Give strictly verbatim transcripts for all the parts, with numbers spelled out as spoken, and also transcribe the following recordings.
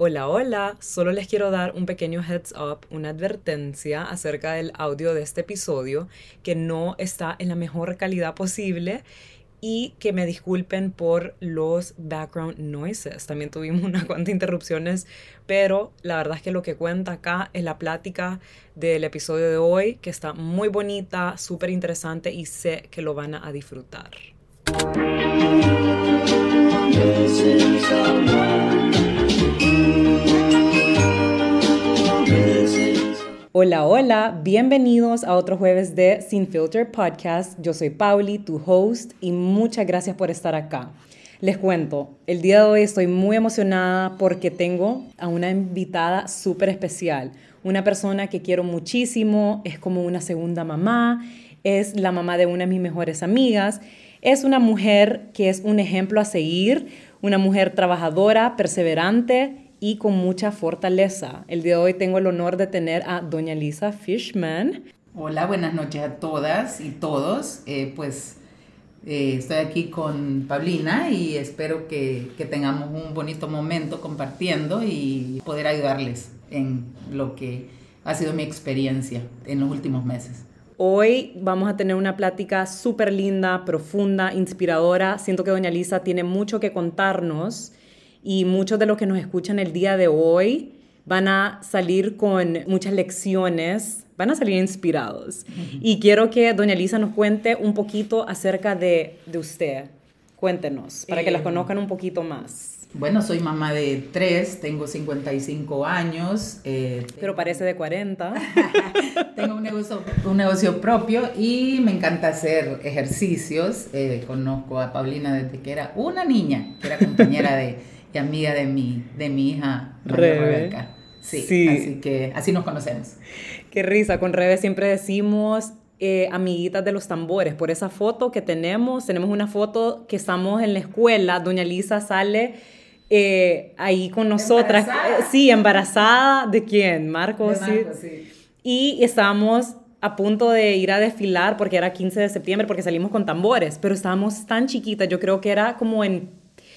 Hola, hola, solo les quiero dar un pequeño heads up, una advertencia acerca del audio de este episodio, que no está en la mejor calidad posible y que me disculpen por los background noises. También tuvimos unas cuantas interrupciones, pero la verdad es que lo que cuenta acá es la plática del episodio de hoy, que está muy bonita, súper interesante y sé que lo van a disfrutar. Hola, hola, bienvenidos a otro jueves de Sin Filter Podcast. Yo soy Pauli, tu host, y muchas gracias por estar acá. Les cuento, el día de hoy estoy muy emocionada porque tengo a una invitada súper especial, una persona que quiero muchísimo, es como una segunda mamá, es la mamá de una de mis mejores amigas, es una mujer que es un ejemplo a seguir, una mujer trabajadora, perseverante y con mucha fortaleza. El día de hoy tengo el honor de tener a doña Lisa Fishman. Hola, buenas noches a todas y todos. Eh, pues eh, estoy aquí con Paulina y espero que, que tengamos un bonito momento compartiendo y poder ayudarles en lo que ha sido mi experiencia en los últimos meses. Hoy vamos a tener una plática súper linda, profunda, inspiradora. Siento que doña Lisa tiene mucho que contarnos y muchos de los que nos escuchan el día de hoy van a salir con muchas lecciones, van a salir inspirados. Uh-huh. Y quiero que doña Lisa nos cuente un poquito acerca de, de usted. Cuéntenos, para que eh, las conozcan un poquito más. Bueno, soy mamá de tres, tengo cincuenta y cinco años. Eh, Pero parece de cuarenta. Tengo un negocio, un negocio propio y me encanta hacer ejercicios. Eh, conozco a Paulina desde que era una niña, que era compañera de, y amiga de mi, de mi hija María Rebeca. Sí, sí, así que así nos conocemos. Qué risa, con Rebe siempre decimos eh, amiguitas de los tambores. Por esa foto que tenemos, tenemos una foto que estamos en la escuela, doña Lisa sale... Eh, ahí con nosotras, ¿Embarazada? Eh, sí, embarazada, ¿de quién? Marcos, de Marcos sí. sí. Y estábamos a punto de ir a desfilar porque era quince de septiembre, porque salimos con tambores, pero estábamos tan chiquitas, yo creo que era como en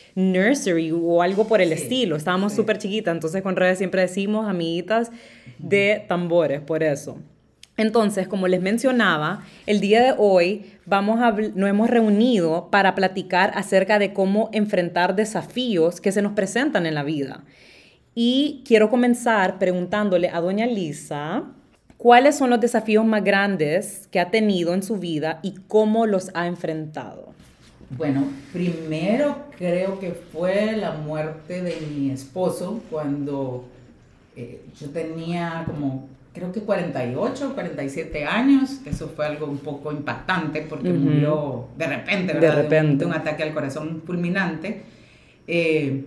nursery o algo por el sí, estilo, estábamos súper sí. chiquitas, entonces con redes siempre decimos amiguitas uh-huh. de tambores, por eso. Entonces, como les mencionaba, el día de hoy vamos a, nos hemos reunido para platicar acerca de cómo enfrentar desafíos que se nos presentan en la vida. Y quiero comenzar preguntándole a doña Lisa, ¿cuáles son los desafíos más grandes que ha tenido en su vida y cómo los ha enfrentado? Bueno, primero creo que fue la muerte de mi esposo cuando eh, yo tenía como... creo que cuarenta y ocho, cuarenta y siete años, eso fue algo un poco impactante porque uh-huh. murió de repente, ¿verdad? De repente. De un, de un ataque al corazón fulminante. Eh,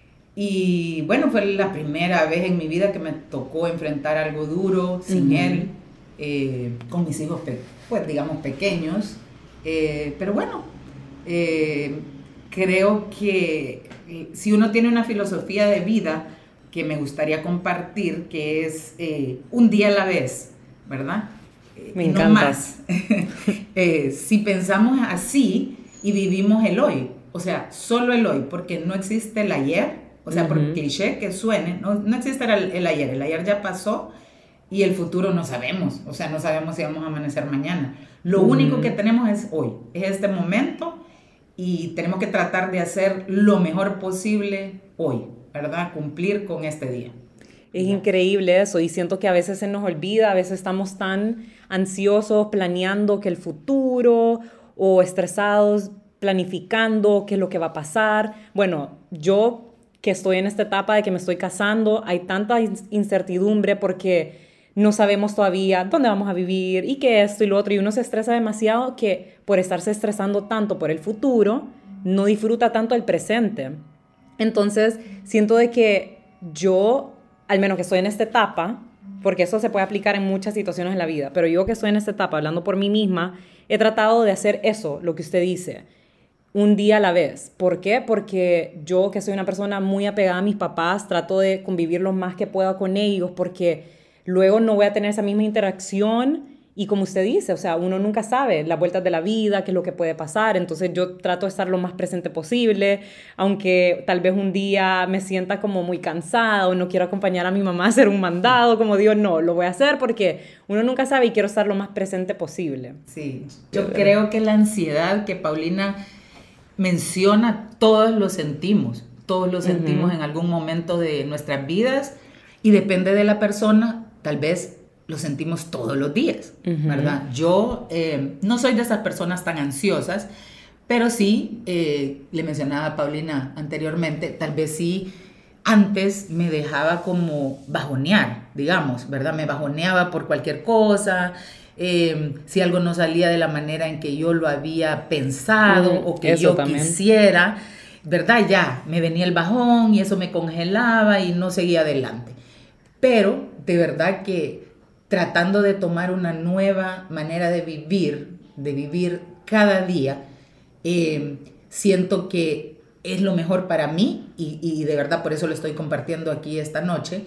y bueno, fue la primera vez en mi vida que me tocó enfrentar algo duro sin uh-huh. él, eh, con mis hijos, pe- pues digamos, pequeños. Eh, pero bueno, eh, creo que eh, si uno tiene una filosofía de vida que me gustaría compartir, que es eh, un día a la vez, ¿verdad? Eh, me encanta. No más. eh, si pensamos así y vivimos el hoy, o sea, solo el hoy, porque no existe el ayer, o sea, uh-huh. por cliché que suene, no, no existe el, el ayer, el ayer ya pasó y el futuro no sabemos, o sea, no sabemos si vamos a amanecer mañana. Lo uh-huh. único que tenemos es hoy, es este momento y tenemos que tratar de hacer lo mejor posible hoy, ¿verdad? Cumplir con este día. Es increíble eso y siento que a veces se nos olvida, a veces estamos tan ansiosos planeando que el futuro o estresados planificando qué es lo que va a pasar. Bueno, yo que estoy en esta etapa de que me estoy casando, hay tanta incertidumbre porque no sabemos todavía dónde vamos a vivir y qué esto y lo otro y uno se estresa demasiado que por estarse estresando tanto por el futuro no disfruta tanto el presente. Entonces, siento de que yo, al menos que estoy en esta etapa, porque eso se puede aplicar en muchas situaciones en la vida, pero yo que estoy en esta etapa, hablando por mí misma, he tratado de hacer eso, lo que usted dice, un día a la vez. ¿Por qué? Porque yo, que soy una persona muy apegada a mis papás, trato de convivir lo más que pueda con ellos, porque luego no voy a tener esa misma interacción Y como usted dice, o sea, uno nunca sabe las vueltas de la vida, qué es lo que puede pasar. Entonces yo trato de estar lo más presente posible, aunque tal vez un día me sienta como muy cansada o no quiero acompañar a mi mamá a hacer un mandado, como digo, no, lo voy a hacer porque uno nunca sabe y quiero estar lo más presente posible. Sí, yo creo que la ansiedad que Paulina menciona, todos lo sentimos, todos lo sentimos uh-huh. en algún momento de nuestras vidas y depende de la persona, tal vez lo sentimos todos los días, uh-huh. ¿verdad? Yo eh, no soy de esas personas tan ansiosas, pero sí, eh, le mencionaba a Paulina anteriormente, tal vez sí, antes me dejaba como bajonear, digamos, ¿verdad? Me bajoneaba por cualquier cosa, eh, si algo no salía de la manera en que yo lo había pensado uh-huh. o que eso yo también. Quisiera, ¿verdad? Ya, me venía el bajón y eso me congelaba y no seguía adelante. Pero, de verdad que tratando de tomar una nueva manera de vivir, de vivir cada día, eh, siento que es lo mejor para mí y, y de verdad por eso lo estoy compartiendo aquí esta noche,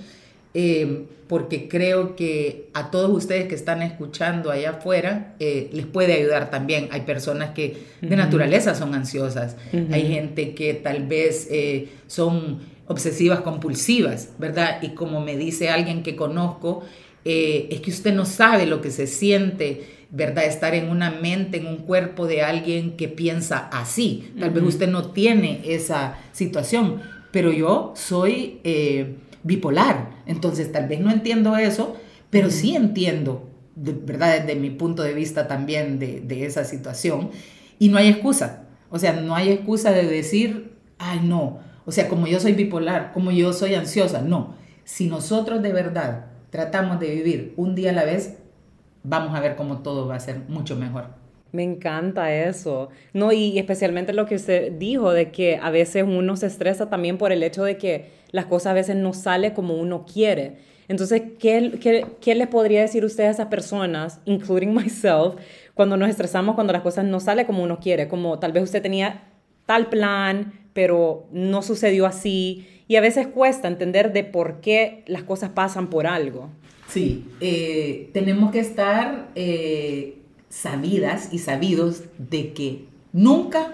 eh, porque creo que a todos ustedes que están escuchando allá afuera eh, les puede ayudar también. Hay personas que de uh-huh. naturaleza son ansiosas, uh-huh. hay gente que tal vez eh, son obsesivas compulsivas, ¿verdad? Y como me dice alguien que conozco, Eh, es que usted no sabe lo que se siente, ¿verdad? Estar en una mente, en un cuerpo de alguien que piensa así. Tal uh-huh. vez usted no tiene esa situación, pero yo soy eh, bipolar, entonces tal vez no entiendo eso, pero uh-huh. sí entiendo, de, ¿verdad? Desde mi punto de vista también de, de esa situación, y no hay excusa. O sea, no hay excusa de decir, ay no, o sea, como yo soy bipolar, como yo soy ansiosa, no. Si nosotros de verdad tratamos de vivir un día a la vez, vamos a ver cómo todo va a ser mucho mejor. Me encanta eso. No, y especialmente lo que usted dijo, de que a veces uno se estresa también por el hecho de que las cosas a veces no salen como uno quiere. Entonces, ¿qué, qué, qué le podría decir usted a esas personas, including myself, cuando nos estresamos, cuando las cosas no salen como uno quiere? Como tal vez usted tenía tal plan, pero no sucedió así. Y a veces cuesta entender de por qué las cosas pasan por algo. Sí, eh, tenemos que estar eh, sabidas y sabidos de que nunca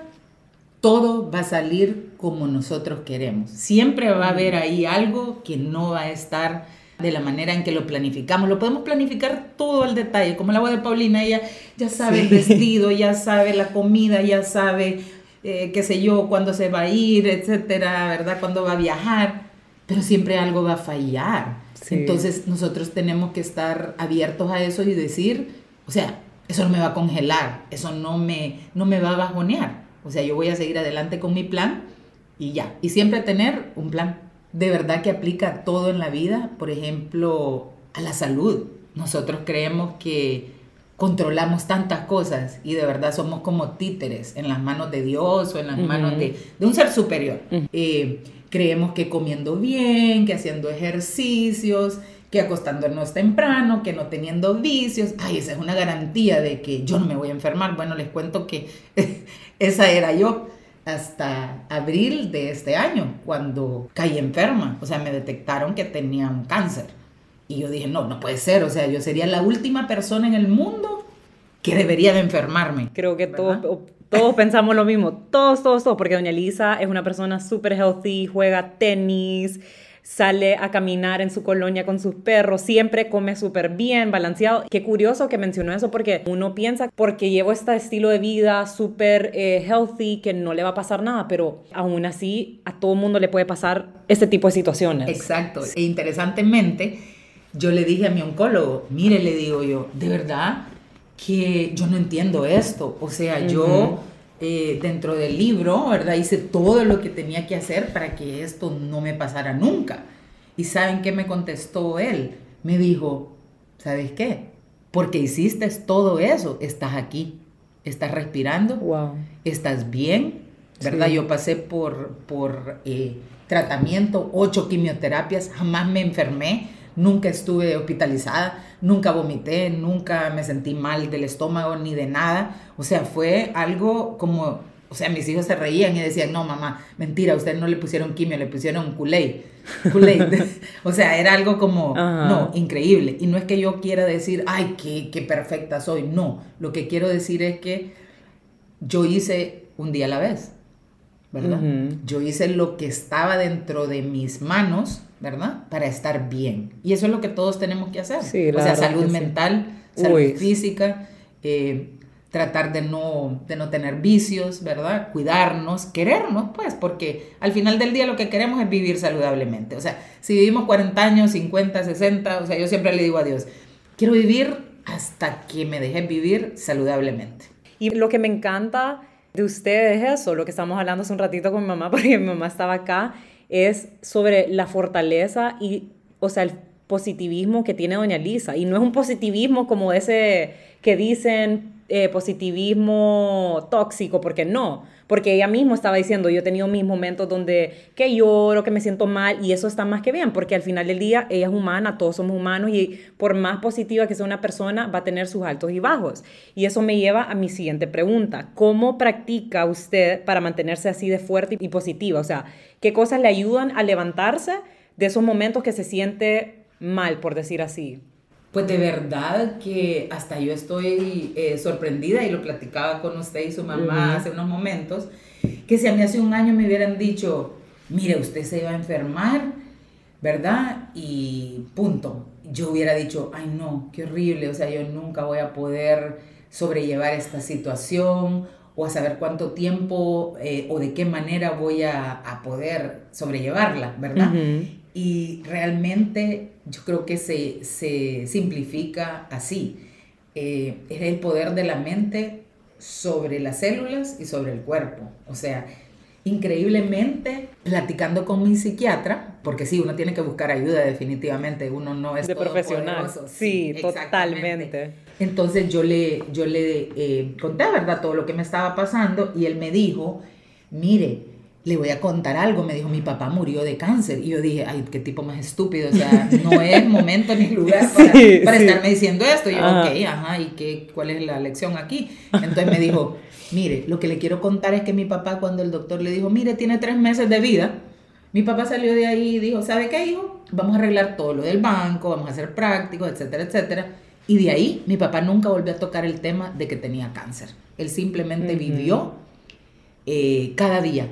todo va a salir como nosotros queremos. Siempre va a haber ahí algo que no va a estar de la manera en que lo planificamos. Lo podemos planificar todo al detalle, como la voz de Paulina, ella ya sabe sí. el vestido, ya sabe la comida, ya sabe... Eh, qué sé yo, cuándo se va a ir, etcétera, ¿verdad? Cuándo va a viajar, pero siempre algo va a fallar. Sí. Entonces nosotros tenemos que estar abiertos a eso y decir, o sea, eso no me va a congelar, eso no me, no me va a bajonear. O sea, yo voy a seguir adelante con mi plan y ya. Y siempre tener un plan. De verdad que aplica a todo en la vida, por ejemplo, a la salud. Nosotros creemos que controlamos tantas cosas y de verdad somos como títeres en las manos de Dios o en las uh-huh. manos de, de un ser superior. Uh-huh. Eh, creemos que comiendo bien, que haciendo ejercicios, que acostándonos temprano, que no teniendo vicios, ay, esa es una garantía de que yo no me voy a enfermar. Bueno, les cuento que esa era yo hasta abril de este año, cuando caí enferma. O sea, me detectaron que tenía un cáncer. Y yo dije, no, no puede ser, o sea, yo sería la última persona en el mundo que debería de enfermarme. Creo que todos, todos pensamos lo mismo, todos, todos, todos, porque doña Elisa es una persona súper healthy, juega tenis, sale a caminar en su colonia con sus perros, siempre come súper bien, balanceado. Qué curioso que mencionó eso, porque uno piensa, porque llevo este estilo de vida súper eh, healthy, que no le va a pasar nada, pero aún así a todo mundo le puede pasar este tipo de situaciones. Exacto, e interesantemente... Yo le dije a mi oncólogo, mire, le digo yo, de verdad que yo no entiendo esto. O sea, uh-huh. yo eh, dentro del libro, ¿verdad? Hice todo lo que tenía que hacer para que esto no me pasara nunca. ¿Y saben qué me contestó él? Me dijo, ¿sabes qué? Porque hiciste todo eso, estás aquí, estás respirando, wow. estás bien, ¿verdad? Sí. Yo pasé por, por eh, tratamiento, ocho quimioterapias, jamás me enfermé. Nunca estuve hospitalizada, nunca vomité, nunca me sentí mal del estómago ni de nada. O sea, fue algo como, O sea, mis hijos se reían y decían, no, mamá, mentira, a usted no le pusieron quimio, le pusieron Kool-Aid. Kool-Aid. O sea, era algo como, Ajá. no, increíble. Y no es que yo quiera decir, ay, qué, qué perfecta soy. No, lo que quiero decir es que yo hice un día a la vez, ¿verdad? Uh-huh. Yo hice lo que estaba dentro de mis manos, ¿verdad? Para estar bien. Y eso es lo que todos tenemos que hacer. Sí, o sea, salud mental, sí. salud Uy. física, eh, tratar de no, de no tener vicios, ¿verdad? Cuidarnos, querernos, pues, porque al final del día lo que queremos es vivir saludablemente. O sea, si vivimos cuarenta años, cincuenta, sesenta, o sea, yo siempre le digo a Dios, quiero vivir hasta que me dejes vivir saludablemente. Y lo que me encanta de ustedes es eso, lo que estamos hablando hace un ratito con mi mamá, porque mi mamá estaba acá, es sobre la fortaleza y, o sea, el positivismo que tiene doña Lisa. Y no es un positivismo como ese que dicen eh, positivismo tóxico, porque no, porque ella misma estaba diciendo, yo he tenido mis momentos donde que lloro, que me siento mal, y eso está más que bien, porque al final del día ella es humana, todos somos humanos, y por más positiva que sea una persona, va a tener sus altos y bajos. Y eso me lleva a mi siguiente pregunta: ¿cómo practica usted para mantenerse así de fuerte y positiva? O sea, ¿qué cosas le ayudan a levantarse de esos momentos que se siente mal, por decir así? Pues de verdad que hasta yo estoy eh, sorprendida, y lo platicaba con usted y su mamá uh-huh. hace unos momentos, que si a mí hace un año me hubieran dicho, mire, usted se iba a enfermar, ¿verdad? Y punto. Yo hubiera dicho, ay no, qué horrible, o sea, yo nunca voy a poder sobrellevar esta situación, o a saber cuánto tiempo eh, o de qué manera voy a, a poder sobrellevarla, ¿verdad? Uh-huh. Y realmente yo creo que se, se simplifica así. Eh, es el poder de la mente sobre las células y sobre el cuerpo. O sea, increíblemente, platicando con mi psiquiatra, porque sí, uno tiene que buscar ayuda definitivamente, uno no es de profesional. Sí, sí, totalmente. Entonces yo le, yo le eh, conté, ¿verdad?, todo lo que me estaba pasando, y él me dijo, mire, le voy a contar algo. Me dijo, mi papá murió de cáncer. Y yo dije, ay, qué tipo más estúpido. O sea, no es momento ni lugar para, sí, para sí. estarme diciendo esto. Y yo, ajá. ok, ajá, ¿y qué, cuál es la lección aquí? Entonces me dijo, mire, lo que le quiero contar es que mi papá, cuando el doctor le dijo, mire, tiene tres meses de vida, mi papá salió de ahí y dijo, ¿sabe qué, hijo? Vamos a arreglar todo lo del banco, vamos a ser prácticos, etcétera, etcétera. Y de ahí, mi papá nunca volvió a tocar el tema de que tenía cáncer. Él simplemente uh-huh. vivió eh, cada día.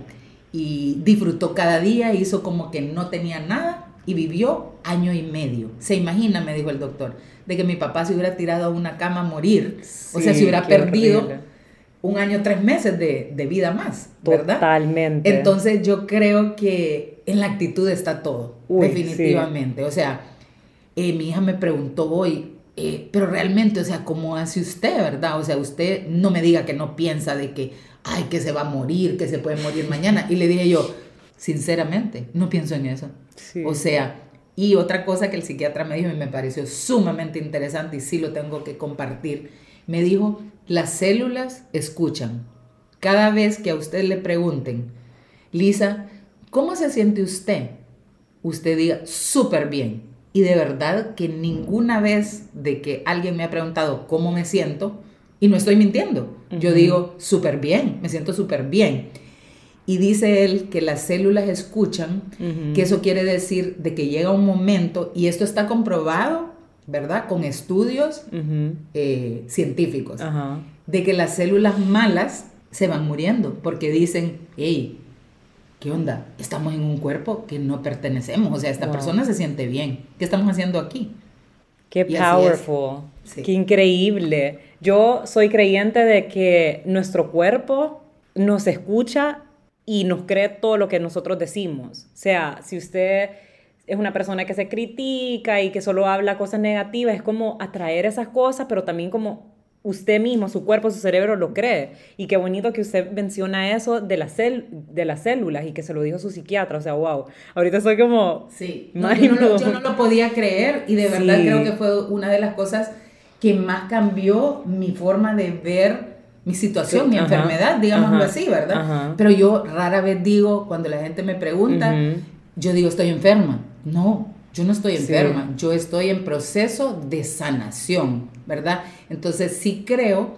Y disfrutó cada día, hizo como que no tenía nada y vivió año y medio. Se imagina, me dijo el doctor, de que mi papá se hubiera tirado a una cama a morir, sí, o sea, se hubiera perdido horrible. un año, tres meses de, de vida más, ¿verdad? Totalmente. Entonces yo creo que en la actitud está todo, Uy, definitivamente. Sí. O sea, eh, mi hija me preguntó hoy, eh, pero realmente, o sea, ¿cómo hace usted, verdad? O sea, usted no me diga que no piensa de que ay, que se va a morir, que se puede morir mañana. Y le dije yo, sinceramente, no pienso en eso. Sí. O sea, y otra cosa que el psiquiatra me dijo y me pareció sumamente interesante y sí lo tengo que compartir, me dijo, las células escuchan. Cada vez que a usted le pregunten, Lisa, ¿cómo se siente usted? Usted diga, súper bien. Y de verdad que ninguna vez de que alguien me ha preguntado cómo me siento, y no estoy mintiendo, uh-huh. yo digo súper bien, me siento súper bien. Y dice él que las células escuchan, uh-huh. que eso quiere decir de que llega un momento, y esto está comprobado, ¿verdad? Con estudios uh-huh. eh, científicos, uh-huh. de que las células malas se van muriendo, porque dicen, hey, ¿qué onda? Estamos en un cuerpo que no pertenecemos, o sea, esta wow. persona se siente bien. ¿Qué estamos haciendo aquí? Qué y powerful, sí. Qué increíble. Yo soy creyente de que nuestro cuerpo nos escucha y nos cree todo lo que nosotros decimos. O sea, si usted es una persona que se critica y que solo habla cosas negativas, es como atraer esas cosas, pero también como usted mismo, su cuerpo, su cerebro lo cree. Y qué bonito que usted menciona eso de, la cel- de las células y que se lo dijo su psiquiatra. O sea, wow. Ahorita soy como... Sí, no, yo, no lo, yo no lo podía creer y de verdad sí. creo que fue una de las cosas que más cambió mi forma de ver mi situación, sí. mi ajá, enfermedad, digámoslo ajá, así, ¿verdad? Ajá. Pero yo rara vez digo, cuando la gente me pregunta, uh-huh. yo digo, estoy enferma. No, yo no estoy enferma, sí. yo estoy en proceso de sanación, ¿verdad? Entonces sí creo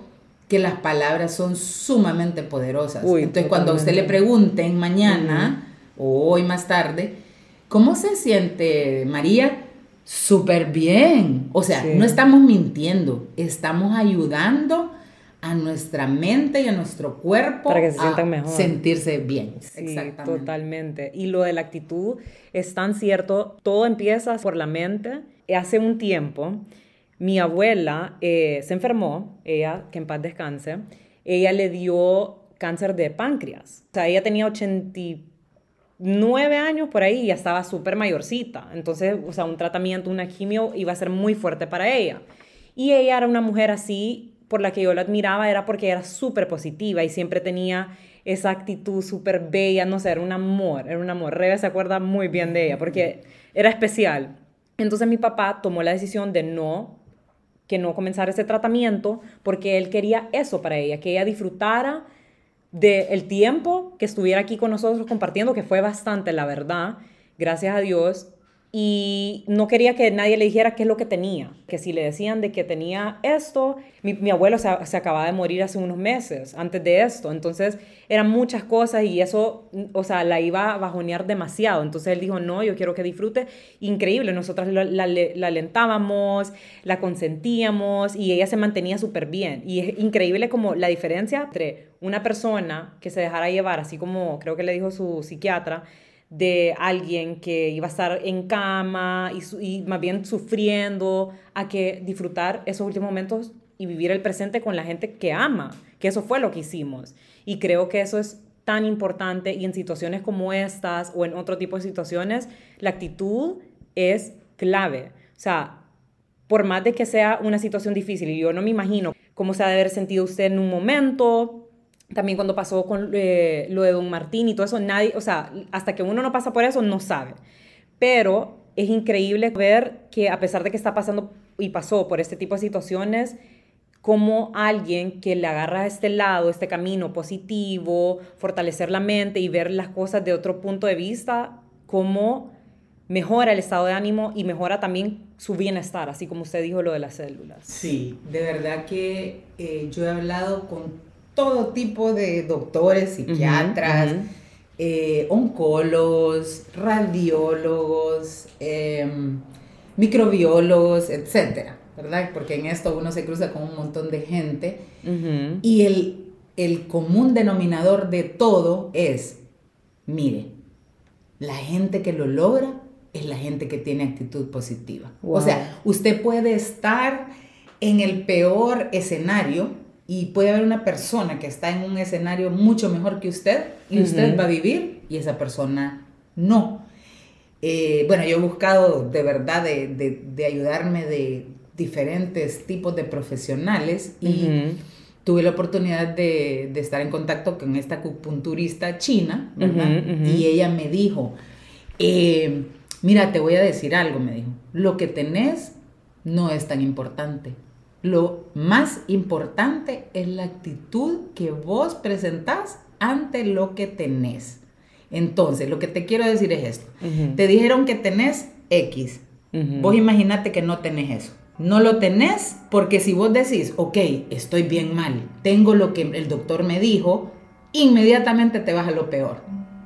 que las palabras son sumamente poderosas. Uy, Entonces, cuando a usted le pregunten mañana uh-huh. o hoy más tarde, ¿cómo se siente, María? Súper bien. O sea, sí. no estamos mintiendo, estamos ayudando a nuestra mente y a nuestro cuerpo para que se a sientan mejor. sentirse bien. Sí, exactamente. Totalmente. Y lo de la actitud es tan cierto. Todo empieza por la mente. Hace un tiempo, mi abuela eh, se enfermó, ella, que en paz descanse, ella le dio cáncer de páncreas. O sea, ella tenía ochenta y nueve años por ahí y ya estaba súper mayorcita. Entonces, o sea, un tratamiento, una quimio iba a ser muy fuerte para ella. Y ella era una mujer así, por la que yo la admiraba, era porque era súper positiva y siempre tenía esa actitud súper bella, no sé, era un amor, era un amor. Rebe se acuerda muy bien de ella porque era especial. Entonces mi papá tomó la decisión de no, que no comenzar ese tratamiento porque él quería eso para ella, que ella disfrutara del tiempo que estuviera aquí con nosotros compartiendo, que fue bastante, la verdad, gracias a Dios. Y no quería que nadie le dijera qué es lo que tenía, que si le decían de que tenía esto, mi, mi abuelo se, se acababa de morir hace unos meses antes de esto, entonces eran muchas cosas y eso, o sea, la iba a bajonear demasiado, entonces él dijo, no, yo quiero que disfrute, increíble, nosotras la, la, la alentábamos, la consentíamos y ella se mantenía súper bien, y es increíble como la diferencia entre una persona que se dejara llevar, así como creo que le dijo su psiquiatra, de alguien que iba a estar en cama y, su, y más bien sufriendo, a que disfrutar esos últimos momentos y vivir el presente con la gente que ama, que eso fue lo que hicimos. Y creo que eso es tan importante y en situaciones como estas o en otro tipo de situaciones, la actitud es clave. O sea, por más de que sea una situación difícil, y yo no me imagino cómo se ha de haber sentido usted en un momento. También cuando pasó con eh, lo de Don Martín y todo eso, nadie, o sea, hasta que uno no pasa por eso, no sabe. Pero es increíble ver que a pesar de que está pasando y pasó por este tipo de situaciones, como alguien que le agarra a este lado, este camino positivo, fortalecer la mente y ver las cosas de otro punto de vista, cómo mejora el estado de ánimo y mejora también su bienestar, así como usted dijo lo de las células. Sí, de verdad que eh, yo he hablado con todo tipo de doctores, psiquiatras, uh-huh, uh-huh. Eh, oncólogos, radiólogos, eh, microbiólogos, etcétera, ¿verdad? Porque en esto uno se cruza con un montón de gente uh-huh. y el, el común denominador de todo es, mire, la gente que lo logra es la gente que tiene actitud positiva. Wow. O sea, usted puede estar en el peor escenario y puede haber una persona que está en un escenario mucho mejor que usted y uh-huh. usted va a vivir y esa persona no. Eh, bueno, yo he buscado de verdad de, de, de ayudarme de diferentes tipos de profesionales y uh-huh. tuve la oportunidad de, de estar en contacto con esta acupunturista china, ¿verdad? Uh-huh, uh-huh. Y ella me dijo, eh, mira, te voy a decir algo, me dijo, lo que tenés no es tan importante. Lo más importante es la actitud que vos presentás ante lo que tenés. Entonces, lo que te quiero decir es esto. Uh-huh. Te dijeron que tenés X. Uh-huh. Vos imaginate que no tenés eso. No lo tenés porque si vos decís, ok, estoy bien mal, tengo lo que el doctor me dijo, inmediatamente te vas a lo peor.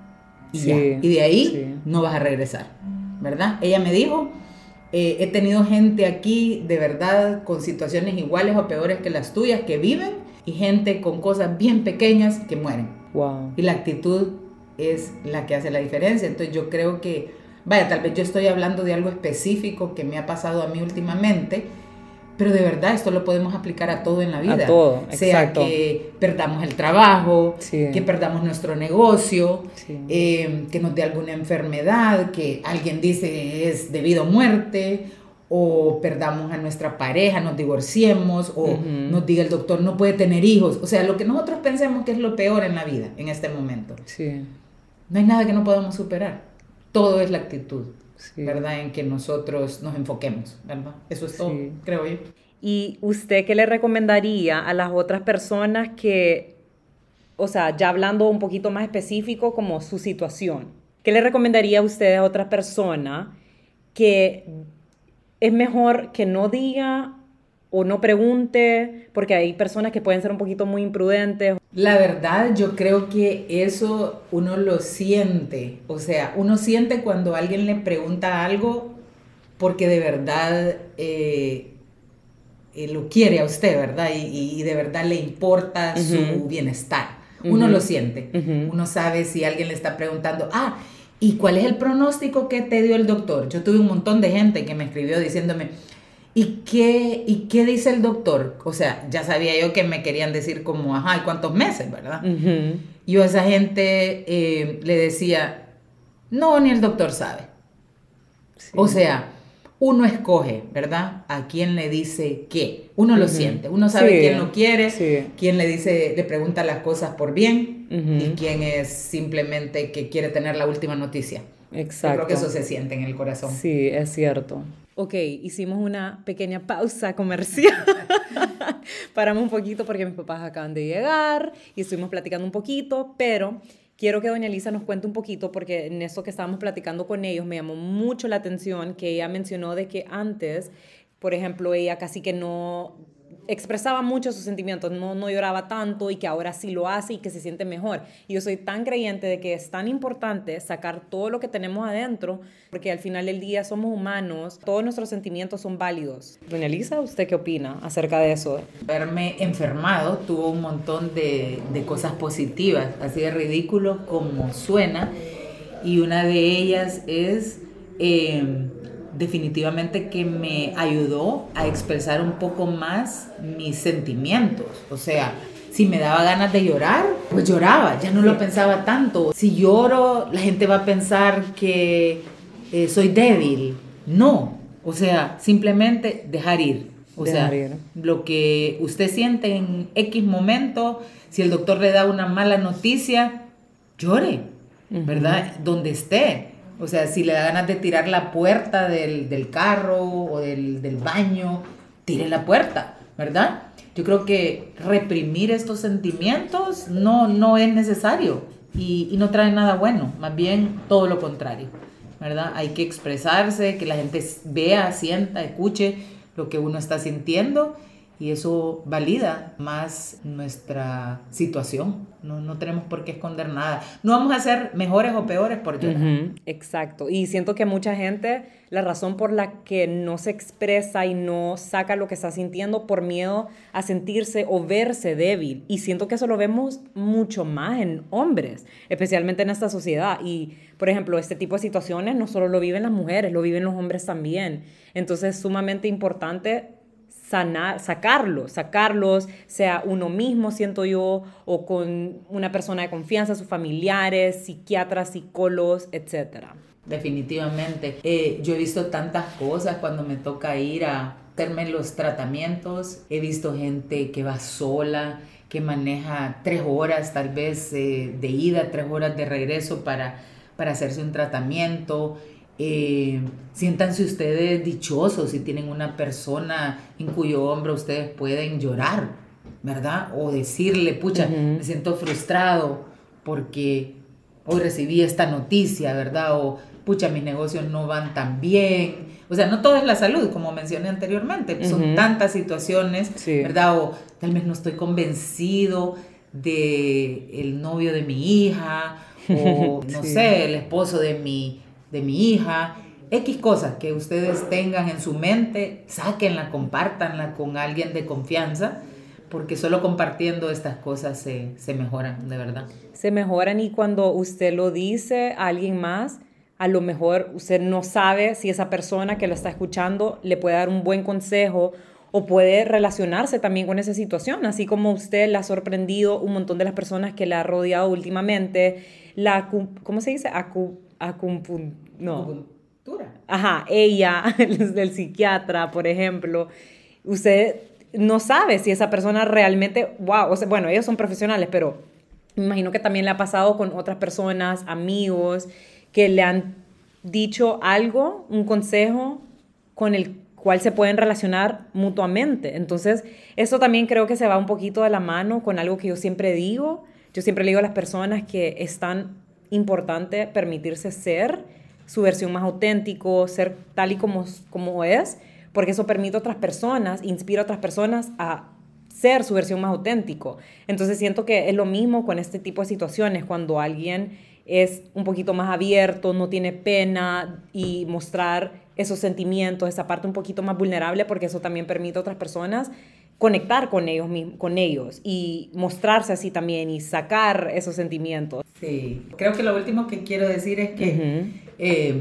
Y sí, ya. Y de ahí sí. no vas a regresar, ¿verdad? Ella me dijo... Eh, he tenido gente aquí de verdad con situaciones iguales o peores que las tuyas que viven y gente con cosas bien pequeñas que mueren. Wow. Y la actitud es la que hace la diferencia. Entonces yo creo que, vaya, tal vez yo estoy hablando de algo específico que me ha pasado a mí últimamente, pero de verdad esto lo podemos aplicar a todo en la vida. A todo, sea exacto. que perdamos el trabajo, sí. que perdamos nuestro negocio, sí. eh, que nos dé alguna enfermedad, que alguien dice es debido a muerte, o perdamos a nuestra pareja, nos divorciemos, o uh-huh. nos diga el doctor no puede tener hijos. O sea, lo que nosotros pensemos que es lo peor en la vida en este momento. Sí. No hay nada que no podamos superar. Todo es la actitud. Sí. ¿Verdad? En que nosotros nos enfoquemos, ¿verdad? Eso es todo, sí. creo yo. ¿Y usted qué le recomendaría a las otras personas que, o sea, ya hablando un poquito más específico como su situación, qué le recomendaría a usted a otra persona que es mejor que no diga o no pregunte, porque hay personas que pueden ser un poquito muy imprudentes. La verdad, yo creo que eso uno lo siente, o sea, uno siente cuando alguien le pregunta algo porque de verdad eh, eh, lo quiere a usted, ¿verdad? Y, y de verdad le importa uh-huh. su bienestar. Uno uh-huh. lo siente, uh-huh. uno sabe si alguien le está preguntando, ah, ¿y cuál es el pronóstico que te dio el doctor? Yo tuve un montón de gente que me escribió diciéndome, ¿Y qué, ¿Y qué dice el doctor? O sea, ya sabía yo que me querían decir como, ajá, ¿y cuántos meses, verdad? Uh-huh. Yo a esa gente eh, le decía, no, ni el doctor sabe. Sí. O sea, uno escoge, ¿verdad? A quién le dice qué. Uno uh-huh. lo siente, uno sabe sí. quién lo quiere, sí. quién le dice, le pregunta las cosas por bien uh-huh. y quién es simplemente que quiere tener la última noticia. Exacto. Yo creo que eso se siente en el corazón. Sí, es cierto. Ok, hicimos una pequeña pausa comercial. Paramos un poquito porque mis papás acaban de llegar y estuvimos platicando un poquito, pero quiero que doña Elisa nos cuente un poquito porque en eso que estábamos platicando con ellos me llamó mucho la atención que ella mencionó de que antes, por ejemplo, ella casi que no expresaba mucho sus sentimientos, no, no lloraba tanto y que ahora sí lo hace y que se siente mejor. Y yo soy tan creyente de que es tan importante sacar todo lo que tenemos adentro, porque al final del día somos humanos, todos nuestros sentimientos son válidos. Doña Elisa, ¿usted qué opina acerca de eso? Haberme enfermado tuvo un montón de, de cosas positivas, así de ridículo como suena, y una de ellas es... Eh, definitivamente que me ayudó a expresar un poco más mis sentimientos. O sea, si me daba ganas de llorar, pues lloraba, ya no lo pensaba tanto. Si lloro, la gente va a pensar que eh, soy débil. No, o sea, simplemente dejar ir. O dejar sea, ir. Lo que usted siente en X momento, si el doctor le da una mala noticia, llore, uh-huh. ¿verdad? Donde esté. O sea, si le da ganas de tirar la puerta del, del carro o del, del baño, tire la puerta, ¿verdad? Yo creo que reprimir estos sentimientos no, no es necesario y, y no trae nada bueno, más bien todo lo contrario, ¿verdad? Hay que expresarse, que la gente vea, sienta, escuche lo que uno está sintiendo y eso valida más nuestra situación. No, no tenemos por qué esconder nada. No vamos a ser mejores o peores por llorar. Uh-huh, exacto. Y siento que mucha gente, la razón por la que no se expresa y no saca lo que está sintiendo por miedo a sentirse o verse débil. Y siento que eso lo vemos mucho más en hombres, especialmente en esta sociedad. Y, por ejemplo, este tipo de situaciones no solo lo viven las mujeres, lo viven los hombres también. Entonces es sumamente importante sanar, sacarlos, sacarlos, sea uno mismo, siento yo, o con una persona de confianza, sus familiares, psiquiatras, psicólogos, etcétera. Definitivamente. Eh, yo he visto tantas cosas cuando me toca ir a hacerme los tratamientos. He visto gente que va sola, que maneja tres horas tal vez eh, de ida, tres horas de regreso para, para hacerse un tratamiento. Eh, siéntanse ustedes dichosos si tienen una persona en cuyo hombro ustedes pueden llorar, ¿verdad? O decirle, pucha, uh-huh. me siento frustrado porque hoy recibí esta noticia, ¿verdad? O pucha, mis negocios no van tan bien. O sea, no todo es la salud, como mencioné anteriormente. Uh-huh. Son tantas situaciones, sí. ¿verdad? O tal vez no estoy convencido de el novio de mi hija, o no sí. sé, el esposo de mi de mi hija, X cosas que ustedes tengan en su mente, sáquenla, compártanla con alguien de confianza, porque solo compartiendo estas cosas se, se mejoran, de verdad. Se mejoran y cuando usted lo dice a alguien más, a lo mejor usted no sabe si esa persona que lo está escuchando le puede dar un buen consejo o puede relacionarse también con esa situación, así como usted le ha sorprendido un montón de las personas que le ha rodeado últimamente, la, ¿cómo se dice? Acu, acumpun, no. Acupuntura. Ajá, ella, el del psiquiatra, por ejemplo, usted no sabe si esa persona realmente, wow, o sea, bueno, ellos son profesionales, pero me imagino que también le ha pasado con otras personas, amigos, que le han dicho algo, un consejo con el cual se pueden relacionar mutuamente. Entonces, eso también creo que se va un poquito de la mano con algo que yo siempre digo. Yo siempre le digo a las personas que es tan importante permitirse ser su versión más auténtico, ser tal y como, como es, porque eso permite a otras personas, inspira a otras personas a ser su versión más auténtico. Entonces siento que es lo mismo con este tipo de situaciones, cuando alguien es un poquito más abierto, no tiene pena y mostrar esos sentimientos, esa parte un poquito más vulnerable, porque eso también permite a otras personas conectar con ellos, con ellos y mostrarse así también y sacar esos sentimientos. Sí, creo que lo último que quiero decir es que uh-huh. eh,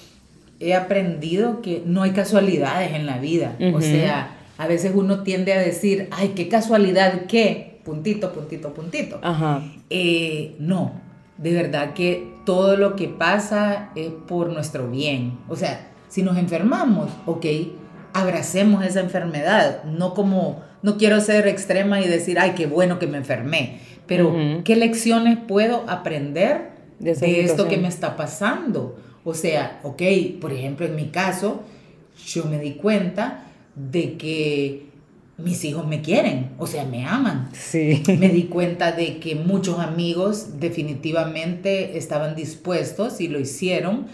he aprendido que no hay casualidades en la vida. Uh-huh. O sea, a veces uno tiende a decir, ay, qué casualidad que, puntito, puntito, puntito. Uh-huh. Eh, no, de verdad que todo lo que pasa es por nuestro bien. O sea, si nos enfermamos, ok, abracemos esa enfermedad. No como, no quiero ser extrema y decir, ay, qué bueno que me enfermé. Pero, uh-huh. ¿qué lecciones puedo aprender de, de esto que me está pasando? O sea, ok, por ejemplo, en mi caso, yo me di cuenta de que mis hijos me quieren, o sea, me aman. Sí. Me di cuenta de que muchos amigos definitivamente estaban dispuestos y lo hicieron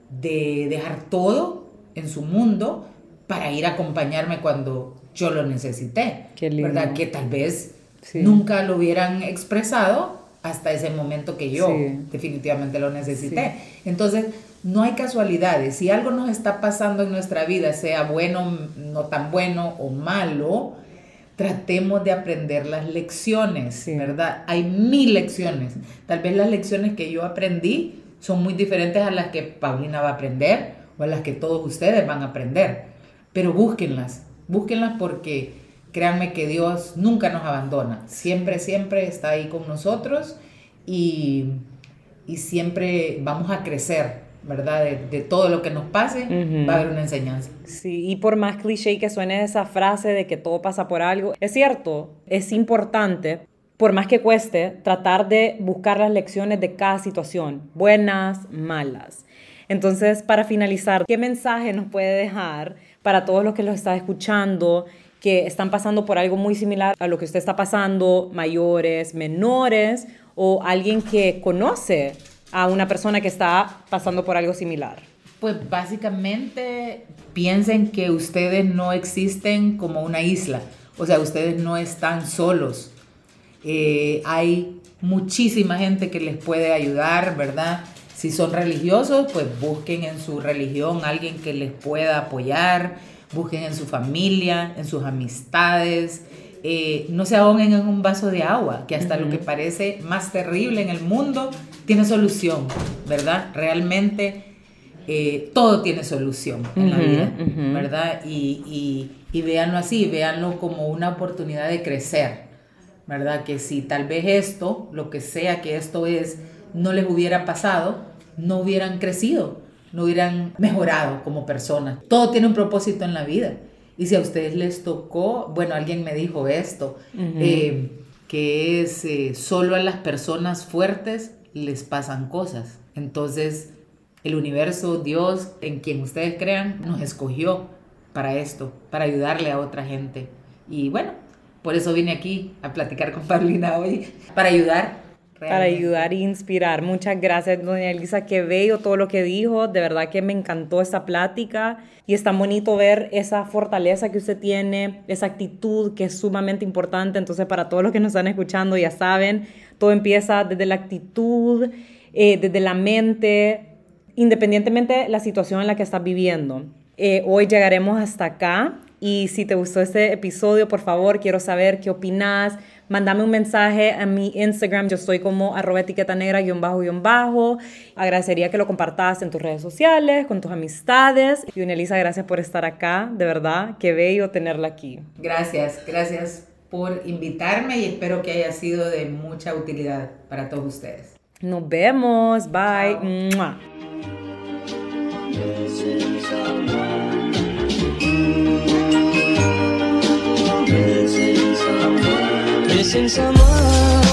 de dejar todo en su mundo para ir a acompañarme cuando yo lo necesité. Qué lindo. ¿Verdad? Que tal vez sí. nunca lo hubieran expresado hasta ese momento que yo sí. definitivamente lo necesité. Sí. Entonces, no hay casualidades. Si algo nos está pasando en nuestra vida, sea bueno, no tan bueno o malo, tratemos de aprender las lecciones, sí. ¿verdad? Hay mil lecciones. Tal vez las lecciones que yo aprendí son muy diferentes a las que Paulina va a aprender o a las que todos ustedes van a aprender. Pero búsquenlas, búsquenlas porque créanme que Dios nunca nos abandona. Siempre, siempre está ahí con nosotros y, y siempre vamos a crecer, ¿verdad? De, de todo lo que nos pase, uh-huh. va a haber una enseñanza. Sí, y por más cliché que suene esa frase de que todo pasa por algo, es cierto, es importante, por más que cueste, tratar de buscar las lecciones de cada situación, buenas, malas. Entonces, para finalizar, ¿qué mensaje nos puede dejar para todos los que los están escuchando, que están pasando por algo muy similar a lo que usted está pasando, mayores, menores, o alguien que conoce a una persona que está pasando por algo similar? Pues básicamente piensen que ustedes no existen como una isla, o sea, ustedes no están solos. Eh, hay muchísima gente que les puede ayudar, ¿verdad? Si son religiosos, pues busquen en su religión a alguien que les pueda apoyar, busquen en su familia, en sus amistades. Eh, no se ahoguen en un vaso de agua, que hasta uh-huh. lo que parece más terrible en el mundo tiene solución, ¿verdad? Realmente eh, todo tiene solución en uh-huh, la vida, uh-huh. ¿verdad? Y, y, y véanlo así, véanlo como una oportunidad de crecer, ¿verdad? Que si tal vez esto, lo que sea que esto es, no les hubiera pasado, no hubieran crecido, no hubieran mejorado como personas. Todo tiene un propósito en la vida. Y si a ustedes les tocó, bueno, alguien me dijo esto, uh-huh. eh, que es eh, solo a las personas fuertes les pasan cosas. Entonces, el universo, Dios, en quien ustedes crean, nos escogió para esto, para ayudarle a otra gente. Y bueno, por eso vine aquí a platicar con Paulina hoy, para ayudar. Realmente. Para ayudar e inspirar. Muchas gracias, doña Elisa, qué bello todo lo que dijo, de verdad que me encantó esta plática y es tan bonito ver esa fortaleza que usted tiene, esa actitud que es sumamente importante. Entonces, para todos los que nos están escuchando, ya saben, todo empieza desde la actitud, eh, desde la mente, independientemente de la situación en la que estás viviendo. Eh, hoy llegaremos hasta acá y si te gustó este episodio, por favor, quiero saber qué opinas. Mándame un mensaje a mi Instagram, yo estoy como arroba etiqueta negra guión bajo guión bajo. Agradecería que lo compartas en tus redes sociales, con tus amistades. Y doña Elisa, gracias por estar acá, de verdad, qué bello tenerla aquí. Gracias, gracias por invitarme y espero que haya sido de mucha utilidad para todos ustedes. Nos vemos, bye. Mua. Missing someone